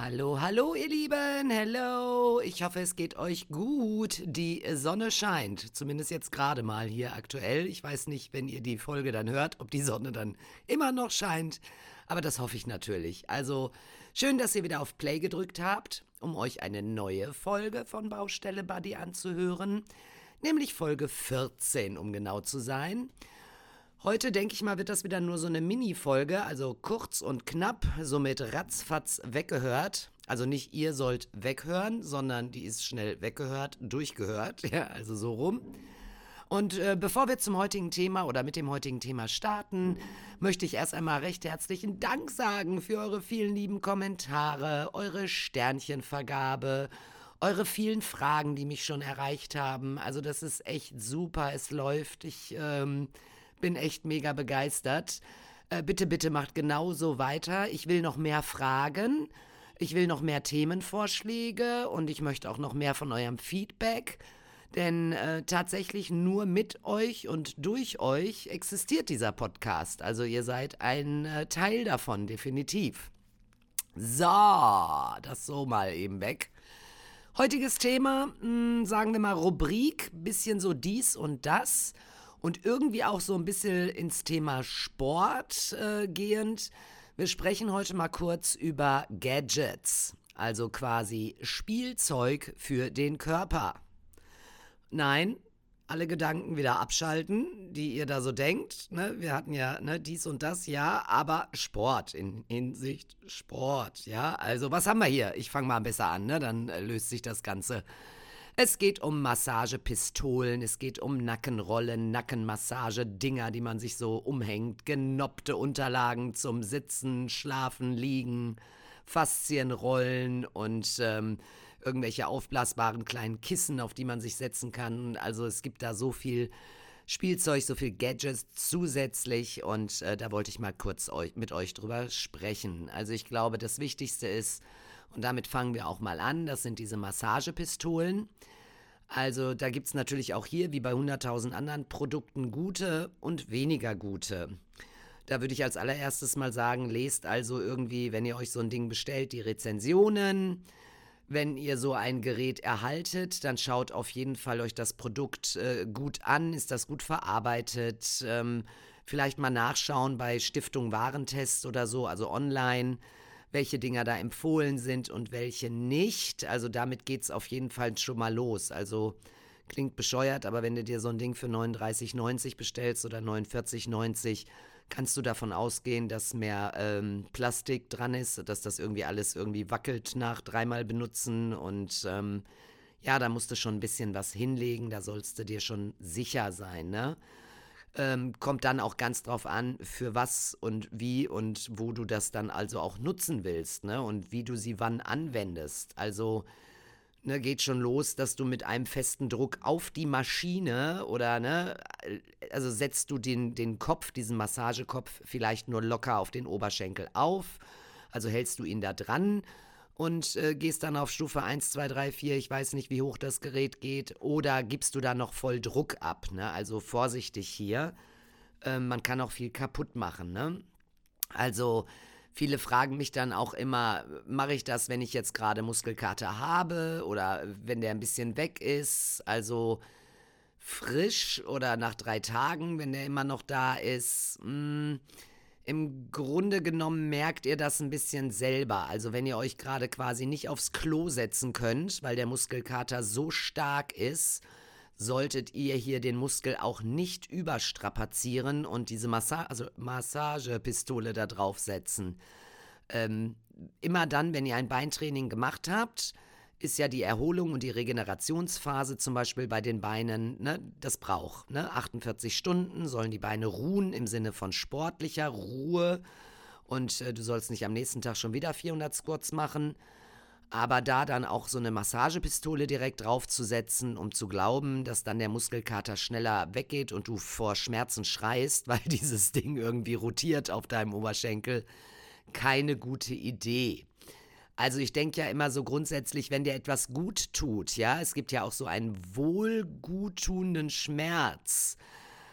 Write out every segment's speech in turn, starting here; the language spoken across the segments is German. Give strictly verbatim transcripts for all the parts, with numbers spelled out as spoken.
Hallo, hallo, ihr Lieben, hello. Ich hoffe, es geht euch gut. Die Sonne scheint, zumindest jetzt gerade mal hier aktuell. Ich weiß nicht, wenn ihr die Folge dann hört, ob die Sonne dann immer noch scheint, aber das hoffe ich natürlich. Also schön, dass ihr wieder auf Play gedrückt habt, um euch eine neue Folge von Baustelle Buddy anzuhören, nämlich Folge vierzehn, um genau zu sein. Heute, denke ich mal, wird das wieder nur so eine Mini-Folge, also kurz und knapp, somit ratzfatz weggehört. Also nicht ihr sollt weghören, sondern die ist schnell weggehört, durchgehört, ja, also so rum. Und äh, bevor wir zum heutigen Thema oder mit dem heutigen Thema starten, möchte ich erst einmal recht herzlichen Dank sagen für eure vielen lieben Kommentare, eure Sternchenvergabe, eure vielen Fragen, die mich schon erreicht haben. Also das ist echt super, es läuft. Ich ähm, bin echt mega begeistert. Äh, bitte, bitte macht genauso weiter. Ich will noch mehr Fragen. Ich will noch mehr Themenvorschläge und ich möchte auch noch mehr von eurem Feedback. Denn äh, tatsächlich nur mit euch und durch euch existiert dieser Podcast. Also ihr seid ein äh, Teil davon, definitiv. So, das so mal eben weg. Heutiges Thema, mh, sagen wir mal Rubrik, bisschen so dies und das. Und irgendwie auch so ein bisschen ins Thema Sport äh, gehend. Wir sprechen heute mal kurz über Gadgets, also quasi Spielzeug für den Körper. Nein, alle Gedanken wieder abschalten, die ihr da so denkt. Ne? Wir hatten ja ne, dies und das, ja, aber Sport, in Hinsicht Sport, ja. Also was haben wir hier? Ich fange mal besser an, ne? Dann äh, löst sich das Ganze. Es geht um Massagepistolen, es geht um Nackenrollen, Nackenmassage-Dinger, die man sich so umhängt, genoppte Unterlagen zum Sitzen, Schlafen, Liegen, Faszienrollen und ähm, irgendwelche aufblasbaren kleinen Kissen, auf die man sich setzen kann. Also es gibt da so viel Spielzeug, so viel Gadgets zusätzlich und äh, da wollte ich mal kurz eu- mit euch drüber sprechen. Also ich glaube, das Wichtigste ist, und damit fangen wir auch mal an, das sind diese Massagepistolen. Also da gibt es natürlich auch hier, wie bei hunderttausend anderen Produkten, gute und weniger gute. Da würde ich als allererstes mal sagen, lest also irgendwie, wenn ihr euch so ein Ding bestellt, die Rezensionen. Wenn ihr so ein Gerät erhaltet, dann schaut auf jeden Fall euch das Produkt äh, gut an. Ist das gut verarbeitet? Ähm, vielleicht mal nachschauen bei Stiftung Warentest oder so, also online, welche Dinger da empfohlen sind und welche nicht. Also damit geht es auf jeden Fall schon mal los. Also klingt bescheuert, aber wenn du dir so ein Ding für neununddreißig neunzig bestellst oder neunundvierzig neunzig, kannst du davon ausgehen, dass mehr ähm, Plastik dran ist, dass das irgendwie alles irgendwie wackelt nach dreimal benutzen und ähm, ja, da musst du schon ein bisschen was hinlegen, da sollst du dir schon sicher sein, ne? Ähm, kommt dann auch ganz drauf an, für was und wie und wo du das dann also auch nutzen willst, ne? Und wie du sie wann anwendest. Also, ne, geht schon los, dass du mit einem festen Druck auf die Maschine oder, ne, also setzt du den, den Kopf, diesen Massagekopf vielleicht nur locker auf den Oberschenkel auf, also hältst du ihn da dran und äh, gehst dann auf Stufe eins, zwei, drei, vier, ich weiß nicht, wie hoch das Gerät geht, oder gibst du da noch voll Druck ab, ne? Also vorsichtig hier, ähm, man kann auch viel kaputt machen, ne? Also viele fragen mich dann auch immer, mache ich das, wenn ich jetzt gerade Muskelkater habe oder wenn der ein bisschen weg ist, also frisch oder nach drei Tagen, wenn der immer noch da ist. Mh, im Grunde genommen merkt ihr das ein bisschen selber. Also wenn ihr euch gerade quasi nicht aufs Klo setzen könnt, weil der Muskelkater so stark ist, solltet ihr hier den Muskel auch nicht überstrapazieren und diese Massa also Massagepistole da draufsetzen. Ähm, immer dann, wenn ihr ein Beintraining gemacht habt, ist ja die Erholung und die Regenerationsphase zum Beispiel bei den Beinen, ne, das braucht. Ne? achtundvierzig Stunden sollen die Beine ruhen im Sinne von sportlicher Ruhe und äh, du sollst nicht am nächsten Tag schon wieder vierhundert Squats machen. Aber da dann auch so eine Massagepistole direkt draufzusetzen, um zu glauben, dass dann der Muskelkater schneller weggeht und du vor Schmerzen schreist, weil dieses Ding irgendwie rotiert auf deinem Oberschenkel, keine gute Idee. Also ich denke ja immer so grundsätzlich, wenn dir etwas gut tut, ja, es gibt ja auch so einen wohlguttunenden Schmerz.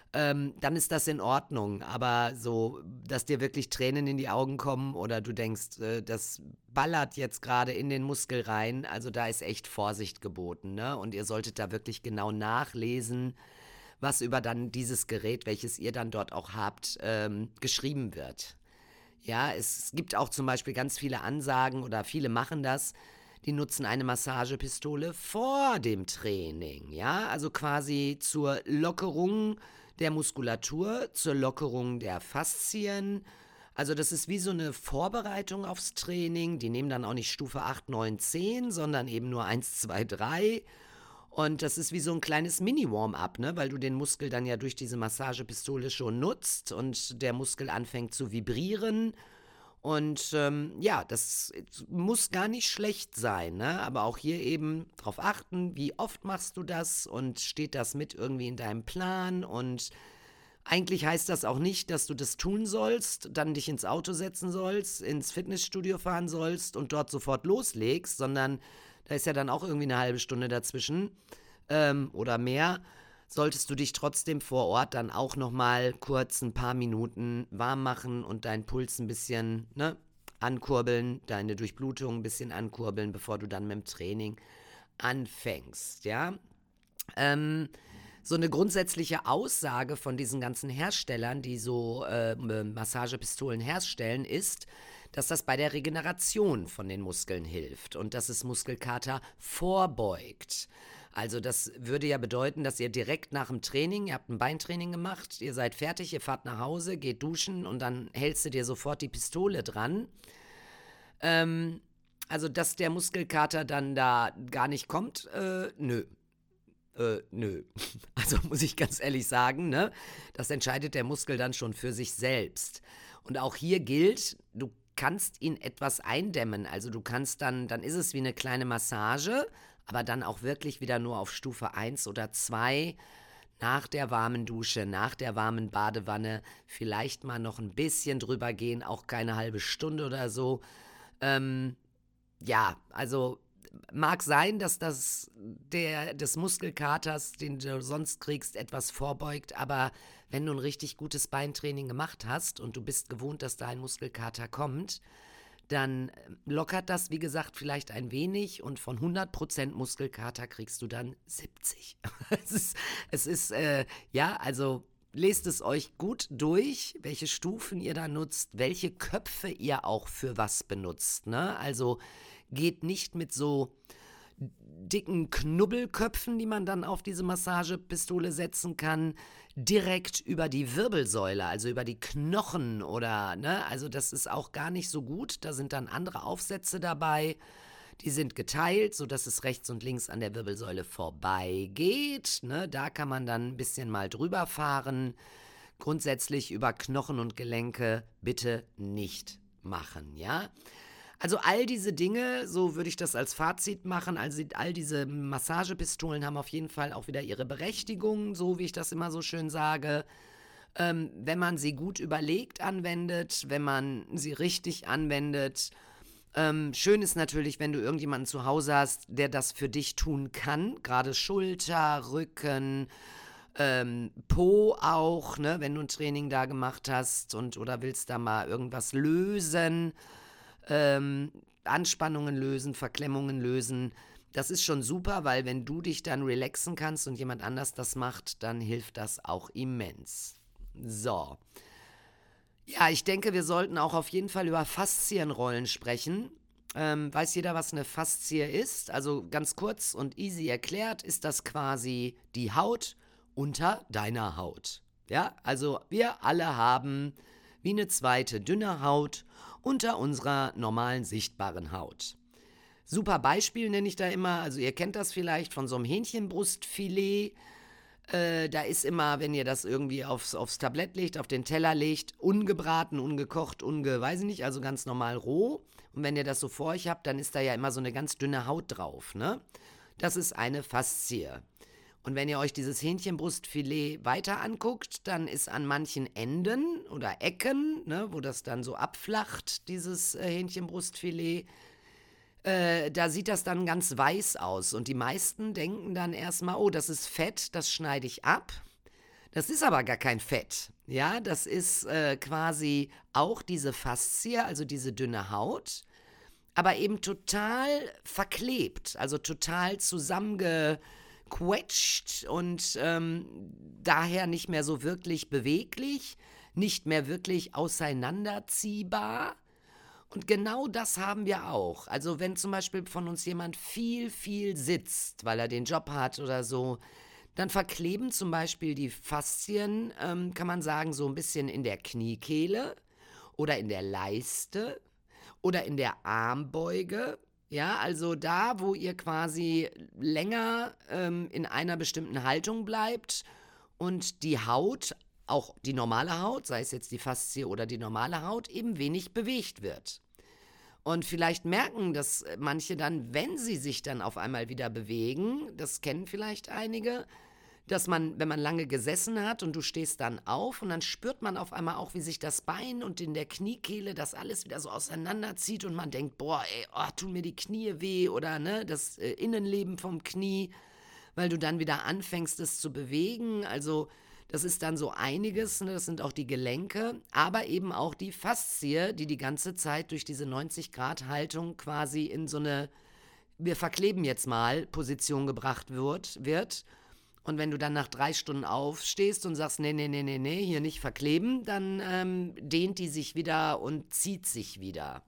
ähm, dann ist das in Ordnung. Aber so, dass dir wirklich Tränen in die Augen kommen oder du denkst, äh, das ballert jetzt gerade in den Muskel rein, also da ist echt Vorsicht geboten, ne? Und ihr solltet da wirklich genau nachlesen, was über dann dieses Gerät, welches ihr dann dort auch habt, ähm, geschrieben wird. Ja, es gibt auch zum Beispiel ganz viele Ansagen oder viele machen das, die nutzen eine Massagepistole vor dem Training, ja, also quasi zur Lockerung der Muskulatur, zur Lockerung der Faszien. Also das ist wie so eine Vorbereitung aufs Training. Die nehmen dann auch nicht Stufe acht, neun, zehn, sondern eben nur eins, zwei, drei. Und das ist wie so ein kleines Mini-Warm-up, ne? Weil du den Muskel dann ja durch diese Massagepistole schon nutzt und der Muskel anfängt zu vibrieren. Und ähm, ja, das muss gar nicht schlecht sein, ne? Aber auch hier eben drauf achten, wie oft machst du das und steht das mit irgendwie in deinem Plan? Und eigentlich heißt das auch nicht, dass du das tun sollst, dann dich ins Auto setzen sollst, ins Fitnessstudio fahren sollst und dort sofort loslegst, sondern da ist ja dann auch irgendwie eine halbe Stunde dazwischen ähm, oder mehr. Solltest du dich trotzdem vor Ort dann auch nochmal kurz ein paar Minuten warm machen und deinen Puls ein bisschen, ne, ankurbeln, deine Durchblutung ein bisschen ankurbeln, bevor du dann mit dem Training anfängst, ja. Ähm, so eine grundsätzliche Aussage von diesen ganzen Herstellern, die so äh, Massagepistolen herstellen, ist, dass das bei der Regeneration von den Muskeln hilft und dass es Muskelkater vorbeugt. Also das würde ja bedeuten, dass ihr direkt nach dem Training, ihr habt ein Beintraining gemacht, ihr seid fertig, ihr fahrt nach Hause, geht duschen und dann hältst du dir sofort die Pistole dran. Ähm, also dass der Muskelkater dann da gar nicht kommt, äh, nö. Äh, nö. Also muss ich ganz ehrlich sagen, ne? Das entscheidet der Muskel dann schon für sich selbst. Und auch hier gilt, du kannst ihn etwas eindämmen. Also du kannst dann, dann ist es wie eine kleine Massage, aber dann auch wirklich wieder nur auf Stufe eins oder zwei nach der warmen Dusche, nach der warmen Badewanne, vielleicht mal noch ein bisschen drüber gehen, auch keine halbe Stunde oder so. Ähm, ja, also mag sein, dass das der des Muskelkaters, den du sonst kriegst, etwas vorbeugt, aber wenn du ein richtig gutes Beintraining gemacht hast und du bist gewohnt, dass da ein Muskelkater kommt, dann lockert das, wie gesagt, vielleicht ein wenig und von hundert Prozent Muskelkater kriegst du dann siebzig. es ist, es ist äh, ja, also lest es euch gut durch, welche Stufen ihr da nutzt, welche Köpfe ihr auch für was benutzt, ne? Also geht nicht mit so dicken Knubbelköpfen, die man dann auf diese Massagepistole setzen kann, direkt über die Wirbelsäule, also über die Knochen oder, ne, also das ist auch gar nicht so gut. Da sind dann andere Aufsätze dabei, die sind geteilt, sodass es rechts und links an der Wirbelsäule vorbeigeht, ne, da kann man dann ein bisschen mal drüber fahren. Grundsätzlich über Knochen und Gelenke bitte nicht machen, ja. Also all diese Dinge, so würde ich das als Fazit machen, also all diese Massagepistolen haben auf jeden Fall auch wieder ihre Berechtigung, so wie ich das immer so schön sage. Ähm, wenn man sie gut überlegt anwendet, wenn man sie richtig anwendet. Ähm, schön ist natürlich, wenn du irgendjemanden zu Hause hast, der das für dich tun kann, gerade Schulter, Rücken, ähm, Po auch, ne, wenn du ein Training da gemacht hast und oder willst da mal irgendwas lösen. Ähm, Anspannungen lösen, Verklemmungen lösen. Das ist schon super, weil wenn du dich dann relaxen kannst und jemand anders das macht, dann hilft das auch immens. So. Ja, ich denke, wir sollten auch auf jeden Fall über Faszienrollen sprechen. Ähm, weiß jeder, was eine Faszie ist? Also ganz kurz und easy erklärt, ist das quasi die Haut unter deiner Haut. Ja, also wir alle haben wie eine zweite dünne Haut unter unserer normalen sichtbaren Haut. Super Beispiel nenne ich da immer, also ihr kennt das vielleicht von so einem Hähnchenbrustfilet. Äh, da ist immer, wenn ihr das irgendwie aufs, aufs Tablett legt, auf den Teller legt, ungebraten, ungekocht, unge, weiß ich nicht, also ganz normal roh. Und wenn ihr das so vor euch habt, dann ist da ja immer so eine ganz dünne Haut drauf, ne? Das ist eine Faszie. Und wenn ihr euch dieses Hähnchenbrustfilet weiter anguckt, dann ist an manchen Enden oder Ecken, ne, wo das dann so abflacht, dieses äh, Hähnchenbrustfilet, äh, da sieht das dann ganz weiß aus. Und die meisten denken dann erstmal, oh, das ist Fett, das schneide ich ab. Das ist aber gar kein Fett. Ja, das ist äh, quasi auch diese Faszie, also diese dünne Haut, aber eben total verklebt, also total zusammengequetscht und ähm, daher nicht mehr so wirklich beweglich, nicht mehr wirklich auseinanderziehbar. Und genau das haben wir auch. Also wenn zum Beispiel von uns jemand viel, viel sitzt, weil er den Job hat oder so, dann verkleben zum Beispiel die Faszien, ähm, kann man sagen, so ein bisschen in der Kniekehle oder in der Leiste oder in der Armbeuge. Ja, also da, wo ihr quasi länger ähm, in einer bestimmten Haltung bleibt und die Haut, auch die normale Haut, sei es jetzt die Faszie oder die normale Haut, eben wenig bewegt wird. Und vielleicht merken das manche dann, wenn sie sich dann auf einmal wieder bewegen, das kennen vielleicht einige, dass man, wenn man lange gesessen hat und du stehst dann auf und dann spürt man auf einmal auch, wie sich das Bein und in der Kniekehle das alles wieder so auseinanderzieht und man denkt, boah, ey, oh, tun mir die Knie weh oder ne, das äh, Innenleben vom Knie, weil du dann wieder anfängst, es zu bewegen. Also das ist dann so einiges, ne? Das sind auch die Gelenke, aber eben auch die Faszie, die die ganze Zeit durch diese neunzig-Grad-Haltung quasi in so eine, wir verkleben jetzt mal, Position gebracht wird, wird. Und wenn du dann nach drei Stunden aufstehst und sagst, nee, nee, nee, nee, nee, hier nicht verkleben, dann ähm, dehnt die sich wieder und zieht sich wieder.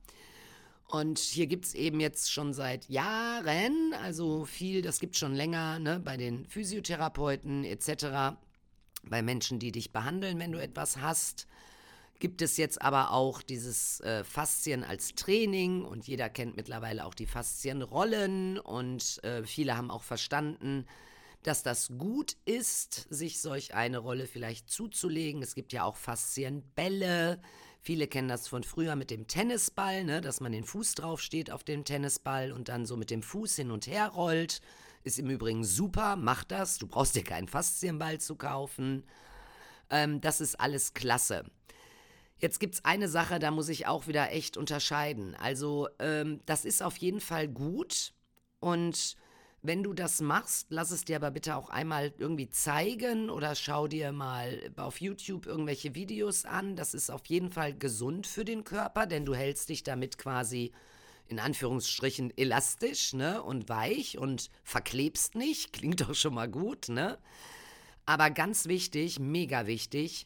Und hier gibt es eben jetzt schon seit Jahren, also viel, das gibt es schon länger, ne, bei den Physiotherapeuten et cetera, bei Menschen, die dich behandeln, wenn du etwas hast, gibt es jetzt aber auch dieses äh, Faszien als Training und jeder kennt mittlerweile auch die Faszienrollen und äh, viele haben auch verstanden, dass das gut ist, sich solch eine Rolle vielleicht zuzulegen. Es gibt ja auch Faszienbälle. Viele kennen das von früher mit dem Tennisball, ne, dass man den Fuß drauf steht auf dem Tennisball und dann so mit dem Fuß hin und her rollt. Ist im Übrigen super, mach das. Du brauchst dir keinen Faszienball zu kaufen. Ähm, das ist alles klasse. Jetzt gibt es eine Sache, da muss ich auch wieder echt unterscheiden. Also ähm, das ist auf jeden Fall gut und wenn du das machst, lass es dir aber bitte auch einmal irgendwie zeigen oder schau dir mal auf YouTube irgendwelche Videos an. Das ist auf jeden Fall gesund für den Körper, denn du hältst dich damit quasi in Anführungsstrichen elastisch, ne, und weich und verklebst nicht. Klingt doch schon mal gut, ne? Aber ganz wichtig, mega wichtig,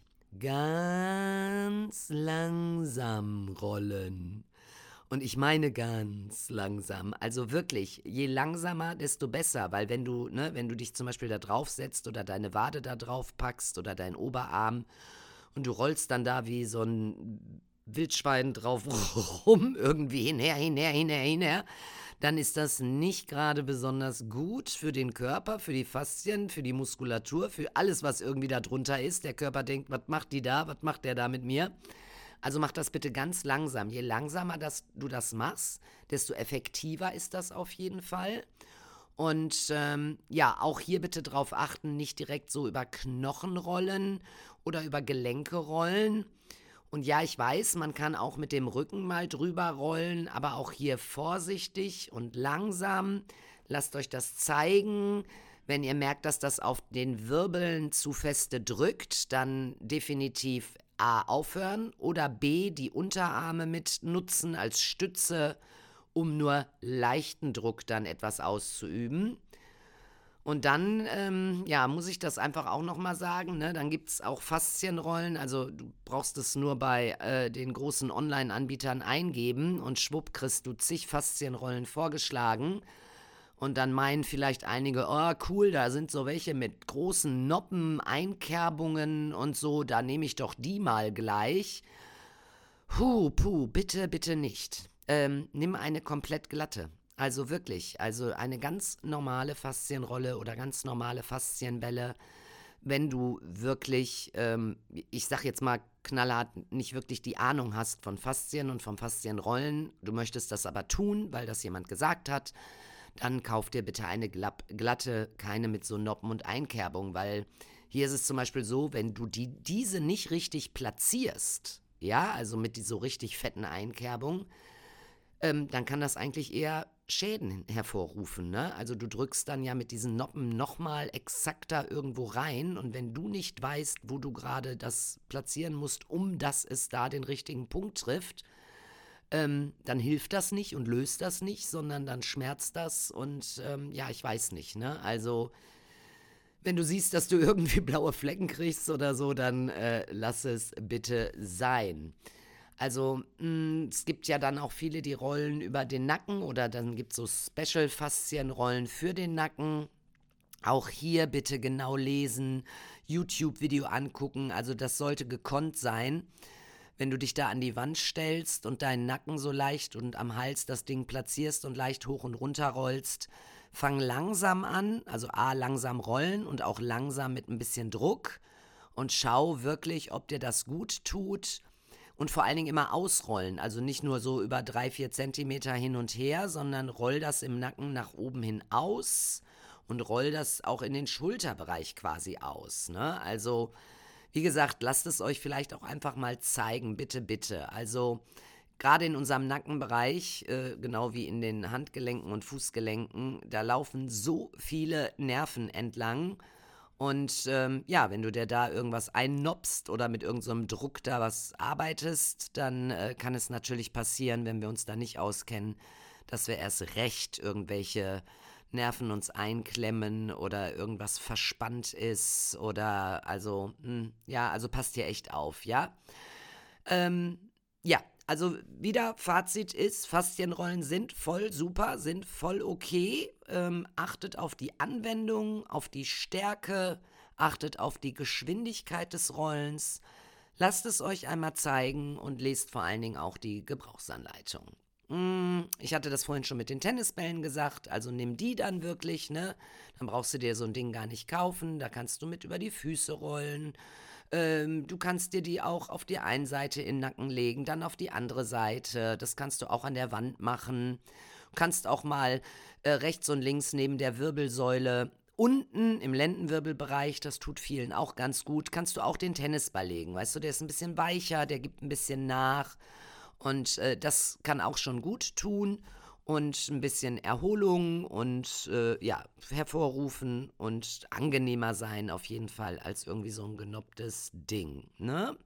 ganz langsam rollen. Und ich meine ganz langsam. Also wirklich, je langsamer, desto besser. Weil wenn du, ne, wenn du dich zum Beispiel da drauf setzt oder deine Wade da drauf packst oder deinen Oberarm und du rollst dann da wie so ein Wildschwein drauf rum, irgendwie hinher, hinher, hinher, hinher, dann ist das nicht gerade besonders gut für den Körper, für die Faszien, für die Muskulatur, für alles, was irgendwie da drunter ist. Der Körper denkt, was macht die da, was macht der da mit mir? Also mach das bitte ganz langsam. Je langsamer das, du das machst, desto effektiver ist das auf jeden Fall. Und ähm, ja, auch hier bitte drauf achten, nicht direkt so über Knochen rollen oder über Gelenke rollen. Und ja, ich weiß, man kann auch mit dem Rücken mal drüber rollen, aber auch hier vorsichtig und langsam. Lasst euch das zeigen. Wenn ihr merkt, dass das auf den Wirbeln zu feste drückt, dann definitiv A, aufhören oder B, die Unterarme mit nutzen als Stütze, um nur leichten Druck dann etwas auszuüben. Und dann, ähm, ja, muss ich das einfach auch nochmal sagen, ne? Dann gibt es auch Faszienrollen, also du brauchst es nur bei äh, den großen Online-Anbietern eingeben und schwupp kriegst du zig Faszienrollen vorgeschlagen. Und dann meinen vielleicht einige, oh cool, da sind so welche mit großen Noppen, Einkerbungen und so, da nehme ich doch die mal gleich. Puh, puh, bitte, bitte nicht. Ähm, nimm eine komplett glatte. Also wirklich, also eine ganz normale Faszienrolle oder ganz normale Faszienbälle, wenn du wirklich, ähm, ich sag jetzt mal knallhart, nicht wirklich die Ahnung hast von Faszien und von Faszienrollen, du möchtest das aber tun, weil das jemand gesagt hat, dann kauf dir bitte eine glatte, keine mit so Noppen und Einkerbung, weil hier ist es zum Beispiel so, wenn du die, diese nicht richtig platzierst, ja, also mit die so richtig fetten Einkerbungen, ähm, dann kann das eigentlich eher Schäden hervorrufen, ne? Also du drückst dann ja mit diesen Noppen nochmal exakter irgendwo rein und wenn du nicht weißt, wo du gerade das platzieren musst, um dass es da den richtigen Punkt trifft, ähm, dann hilft das nicht und löst das nicht, sondern dann schmerzt das und ähm, ja, ich weiß nicht, ne? Also wenn du siehst, dass du irgendwie blaue Flecken kriegst oder so, dann äh, lass es bitte sein. Also mh, es gibt ja dann auch viele, die rollen über den Nacken oder dann gibt es so Special-Faszienrollen für den Nacken. Auch hier bitte genau lesen, YouTube-Video angucken, also das sollte gekonnt sein. Wenn du dich da an die Wand stellst und deinen Nacken so leicht und am Hals das Ding platzierst und leicht hoch und runter rollst, fang langsam an, also A, langsam rollen und auch langsam mit ein bisschen Druck und schau wirklich, ob dir das gut tut und vor allen Dingen immer ausrollen, also nicht nur so über drei, vier Zentimeter hin und her, sondern roll das im Nacken nach oben hin aus und roll das auch in den Schulterbereich quasi aus, ne? Also wie gesagt, lasst es euch vielleicht auch einfach mal zeigen, bitte, bitte. Also gerade in unserem Nackenbereich, äh, genau wie in den Handgelenken und Fußgelenken, da laufen so viele Nerven entlang. Und ähm, ja, wenn du dir da irgendwas einnopst oder mit irgendeinem so Druck da was arbeitest, dann äh, kann es natürlich passieren, wenn wir uns da nicht auskennen, dass wir erst recht irgendwelche Nerven uns einklemmen oder irgendwas verspannt ist oder also, mh, ja, also passt hier echt auf, ja? Ähm, ja, also wieder Fazit ist, Faszienrollen sind voll super, sind voll okay. Ähm, achtet auf die Anwendung, auf die Stärke, achtet auf die Geschwindigkeit des Rollens. Lasst es euch einmal zeigen und lest vor allen Dingen auch die Gebrauchsanleitung. Mm, Ich hatte das vorhin schon mit den Tennisbällen gesagt, also nimm die dann wirklich, ne? Dann brauchst du dir so ein Ding gar nicht kaufen, da kannst du mit über die Füße rollen. Ähm, du kannst dir die auch auf die eine Seite in den Nacken legen, dann auf die andere Seite. Das kannst du auch an der Wand machen. Du kannst auch mal äh, rechts und links neben der Wirbelsäule unten im Lendenwirbelbereich, das tut vielen auch ganz gut, kannst du auch den Tennisball legen. Weißt du, der ist ein bisschen weicher, der gibt ein bisschen nach. Und äh, das kann auch schon gut tun und ein bisschen Erholung und äh, ja, hervorrufen und angenehmer sein auf jeden Fall als irgendwie so ein genopptes Ding, ne?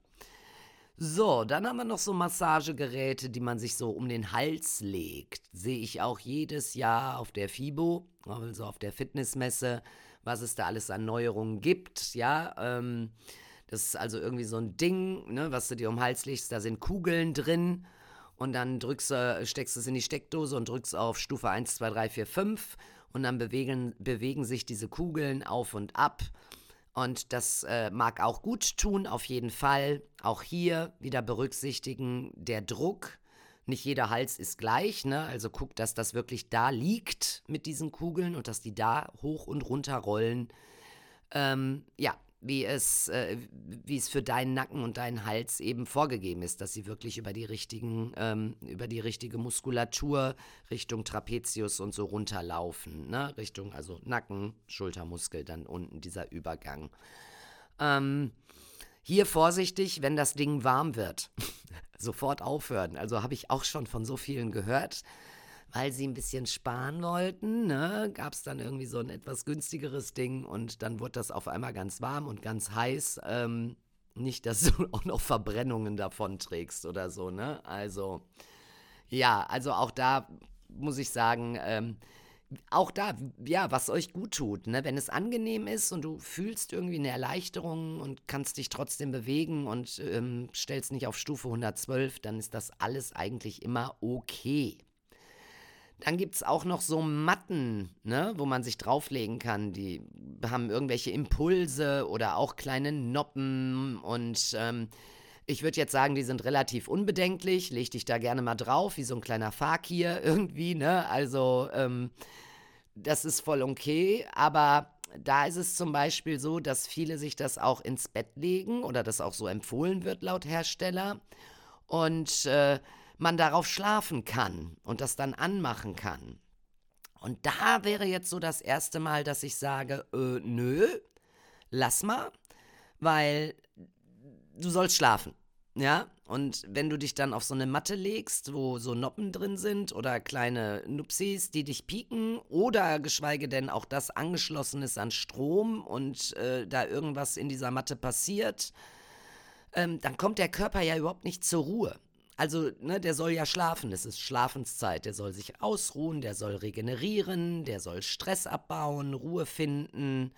So, dann haben wir noch so Massagegeräte, die man sich so um den Hals legt. Sehe ich auch jedes Jahr auf der FIBO, also auf der Fitnessmesse, was es da alles an Neuerungen gibt, ja. Ähm, das ist also irgendwie so ein Ding, ne, was du dir um den Hals legst, da sind Kugeln drin und dann drückst du, steckst du es in die Steckdose und drückst auf Stufe eins, zwei, drei, vier, fünf und dann bewegen, bewegen sich diese Kugeln auf und ab. Und das äh, mag auch gut tun, auf jeden Fall. Auch hier wieder berücksichtigen, der Druck. Nicht jeder Hals ist gleich, ne? Also guck, dass das wirklich da liegt mit diesen Kugeln und dass die da hoch und runter rollen. Ähm, ja, wie es, äh, wie es für deinen Nacken und deinen Hals eben vorgegeben ist, dass sie wirklich über die richtigen, ähm, über die richtige Muskulatur Richtung Trapezius und so runterlaufen, ne? Richtung, also Nacken, Schultermuskel, dann unten dieser Übergang. Ähm, hier vorsichtig, wenn das Ding warm wird. Sofort aufhören. Also habe ich auch schon von so vielen gehört, weil sie ein bisschen sparen wollten, ne, gab es dann irgendwie so ein etwas günstigeres Ding und dann wurde das auf einmal ganz warm und ganz heiß. Ähm, nicht, dass du auch noch Verbrennungen davon trägst oder so, ne? Also, ja, also auch da muss ich sagen, ähm, auch da, ja, was euch gut tut, ne? Wenn es angenehm ist und du fühlst irgendwie eine Erleichterung und kannst dich trotzdem bewegen und ähm, stellst nicht auf Stufe hundertzwölf, dann ist das alles eigentlich immer okay. Dann gibt es auch noch so Matten, ne, wo man sich drauflegen kann. Die haben irgendwelche Impulse oder auch kleine Noppen. Und ähm, ich würde jetzt sagen, die sind relativ unbedenklich. Leg dich da gerne mal drauf, wie so ein kleiner Fakir irgendwie, ne? Also, ähm, das ist voll okay. Aber da ist es zum Beispiel so, dass viele sich das auch ins Bett legen oder das auch so empfohlen wird laut Hersteller. Und äh, man darauf schlafen kann und das dann anmachen kann. Und da wäre jetzt so das erste Mal, dass ich sage, äh, nö, lass mal, weil du sollst schlafen. Ja, und wenn du dich dann auf so eine Matte legst, wo so Noppen drin sind oder kleine Nupsis, die dich pieken oder geschweige denn auch das angeschlossen ist an Strom und äh, da irgendwas in dieser Matte passiert, ähm, dann kommt der Körper ja überhaupt nicht zur Ruhe. Also, ne, der soll ja schlafen, es ist Schlafenszeit, der soll sich ausruhen, der soll regenerieren, der soll Stress abbauen, Ruhe finden.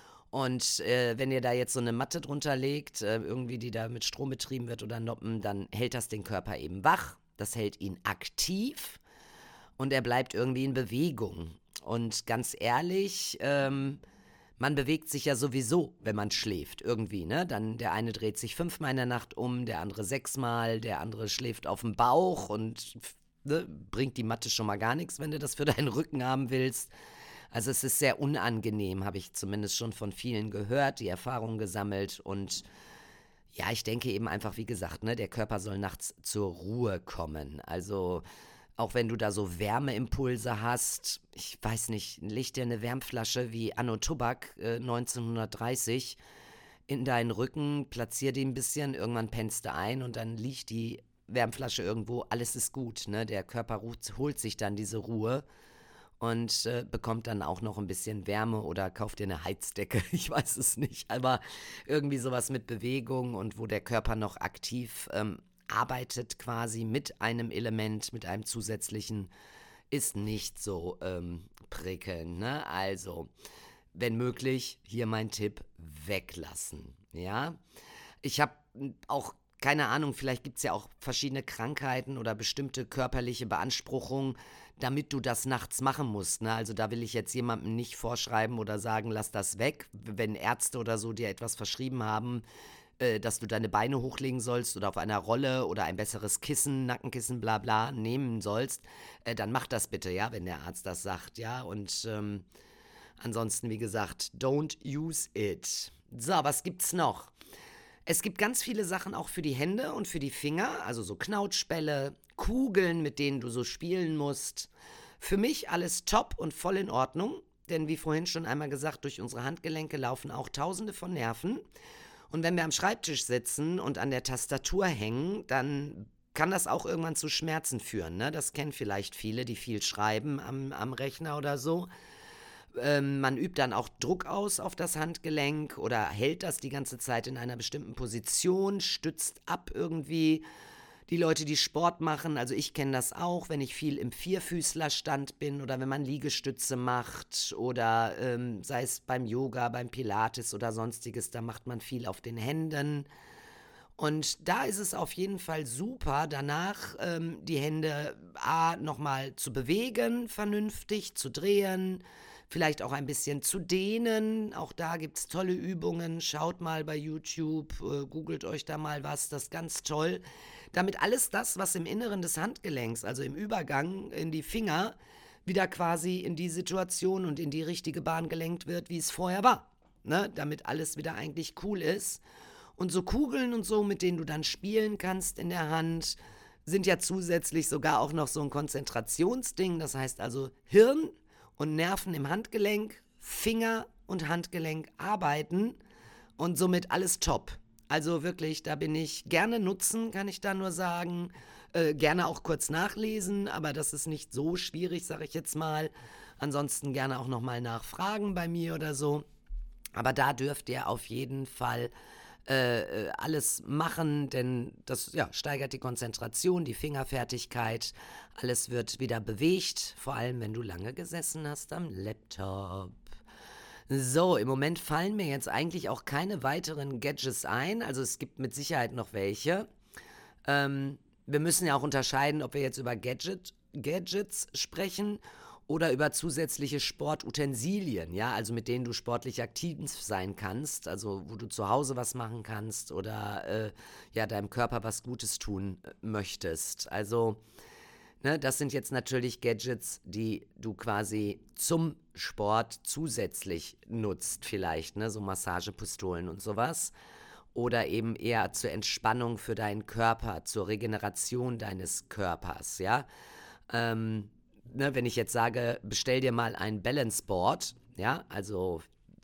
Und äh, wenn ihr da jetzt so eine Matte drunter legt, äh, irgendwie die da mit Strom betrieben wird oder Noppen, dann hält das den Körper eben wach, das hält ihn aktiv und er bleibt irgendwie in Bewegung. Und ganz ehrlich, ähm, man bewegt sich ja sowieso, wenn man schläft, irgendwie, ne? Dann der eine dreht sich fünfmal in der Nacht um, der andere sechsmal, der andere schläft auf dem Bauch und ne, bringt die Matte schon mal gar nichts, wenn du das für deinen Rücken haben willst. Also es ist sehr unangenehm, habe ich zumindest schon von vielen gehört, die Erfahrung gesammelt und ja, ich denke eben einfach, wie gesagt, ne, der Körper soll nachts zur Ruhe kommen. Also auch wenn du da so Wärmeimpulse hast, ich weiß nicht, leg dir eine Wärmflasche wie Anno Tobak äh, neunzehnhundertdreißig in deinen Rücken, platzier die ein bisschen, irgendwann pennst du ein und dann liegt die Wärmflasche irgendwo, alles ist gut, ne? Der Körper ruht, holt sich dann diese Ruhe und äh, bekommt dann auch noch ein bisschen Wärme oder kauft dir eine Heizdecke, ich weiß es nicht, aber irgendwie sowas mit Bewegung und wo der Körper noch aktiv ähm, arbeitet quasi mit einem Element, mit einem zusätzlichen, ist nicht so ähm, prickelnd, ne? Also, wenn möglich, hier mein Tipp, weglassen, ja? Ich habe auch keine Ahnung, vielleicht gibt es ja auch verschiedene Krankheiten oder bestimmte körperliche Beanspruchungen, damit du das nachts machen musst. Ne? Also da will ich jetzt jemandem nicht vorschreiben oder sagen, lass das weg, wenn Ärzte oder so dir etwas verschrieben haben, äh, dass du deine Beine hochlegen sollst oder auf einer Rolle oder ein besseres Kissen, Nackenkissen, bla bla, nehmen sollst, äh, dann mach das bitte, ja, wenn der Arzt das sagt, ja. Und ähm, ansonsten, wie gesagt, don't use it. So, was gibt's noch? Es gibt ganz viele Sachen auch für die Hände und für die Finger, also so Knautschbälle, Kugeln, mit denen du so spielen musst. Für mich alles top und voll in Ordnung, denn wie vorhin schon einmal gesagt, durch unsere Handgelenke laufen auch tausende von Nerven. Und wenn wir am Schreibtisch sitzen und an der Tastatur hängen, dann kann das auch irgendwann zu Schmerzen führen. Ne? Das kennen vielleicht viele, die viel schreiben am, am Rechner oder so. Ähm, man übt dann auch Druck aus auf das Handgelenk oder hält das die ganze Zeit in einer bestimmten Position, stützt ab irgendwie. Die Leute, die Sport machen, also ich kenne das auch, wenn ich viel im Vierfüßlerstand bin oder wenn man Liegestütze macht oder ähm, sei es beim Yoga, beim Pilates oder sonstiges, da macht man viel auf den Händen. Und da ist es auf jeden Fall super, danach ähm, die Hände A nochmal zu bewegen, vernünftig zu drehen, vielleicht auch ein bisschen zu dehnen. Auch da gibt es tolle Übungen. Schaut mal bei YouTube, äh, googelt euch da mal was, das ist ganz toll. Damit alles das, was im Inneren des Handgelenks, also im Übergang in die Finger, wieder quasi in die Situation und in die richtige Bahn gelenkt wird, wie es vorher war. Ne? Damit alles wieder eigentlich cool ist. Und so Kugeln und so, mit denen du dann spielen kannst in der Hand, sind ja zusätzlich sogar auch noch so ein Konzentrationsding. Das heißt also Hirn und Nerven im Handgelenk, Finger und Handgelenk arbeiten und somit alles top. Also wirklich, da bin ich gerne nutzen, kann ich da nur sagen. Äh, gerne auch kurz nachlesen, aber das ist nicht so schwierig, sage ich jetzt mal. Ansonsten gerne auch nochmal nachfragen bei mir oder so. Aber da dürft ihr auf jeden Fall äh, äh, alles machen, denn das ja, steigert die Konzentration, die Fingerfertigkeit. Alles wird wieder bewegt, vor allem wenn du lange gesessen hast am Laptop. So, im Moment fallen mir jetzt eigentlich auch keine weiteren Gadgets ein. Also es gibt mit Sicherheit noch welche. Ähm, wir müssen ja auch unterscheiden, ob wir jetzt über Gadget, Gadgets sprechen oder über zusätzliche Sportutensilien, ja, also mit denen du sportlich aktiv sein kannst, also wo du zu Hause was machen kannst oder äh, ja, deinem Körper was Gutes tun äh, möchtest. Also, ne, das sind jetzt natürlich Gadgets, die du quasi zum Sport zusätzlich nutzt, vielleicht, ne, so Massagepistolen und sowas. Oder eben eher zur Entspannung für deinen Körper, zur Regeneration deines Körpers, ja. Ähm, ne, wenn ich jetzt sage, bestell dir mal ein Balance Board, ja, also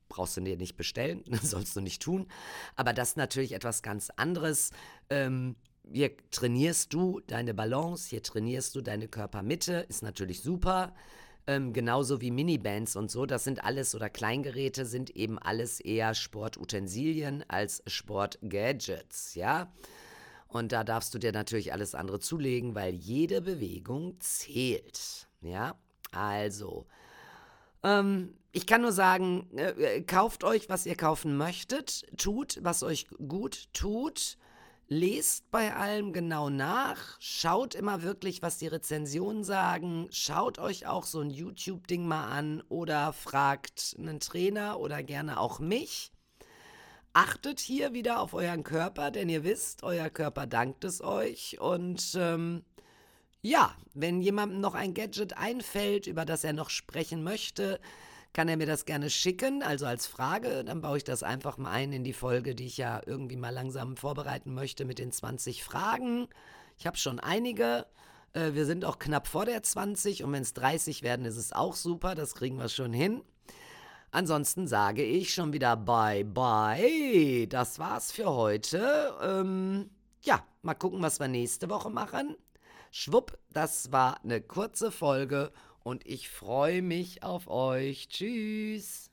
brauchst du dir nicht bestellen, sollst du nicht tun. Aber das ist natürlich etwas ganz anderes. Ähm, hier trainierst du deine Balance, hier trainierst du deine Körpermitte, ist natürlich super. Ähm, genauso wie Minibands und so, das sind alles, oder Kleingeräte sind eben alles eher Sportutensilien als Sportgadgets, ja. Und da darfst du dir natürlich alles andere zulegen, weil jede Bewegung zählt, ja. Also, ähm, ich kann nur sagen, äh, kauft euch, was ihr kaufen möchtet, tut, was euch gut tut, lest bei allem genau nach, schaut immer wirklich, was die Rezensionen sagen, schaut euch auch so ein YouTube-Ding mal an oder fragt einen Trainer oder gerne auch mich. Achtet hier wieder auf euren Körper, denn ihr wisst, euer Körper dankt es euch. Und ähm, ja, wenn jemandem noch ein Gadget einfällt, über das er noch sprechen möchte, kann er mir das gerne schicken, also als Frage. Dann baue ich das einfach mal ein in die Folge, die ich ja irgendwie mal langsam vorbereiten möchte mit den zwanzig Fragen. Ich habe schon einige. Äh, wir sind auch knapp vor der zwanzig und wenn es dreißig werden, ist es auch super. Das kriegen wir schon hin. Ansonsten sage ich schon wieder bye bye. Das war's für heute. Ähm, ja, mal gucken, was wir nächste Woche machen. Schwupp, das war eine kurze Folge und ich freue mich auf euch. Tschüss.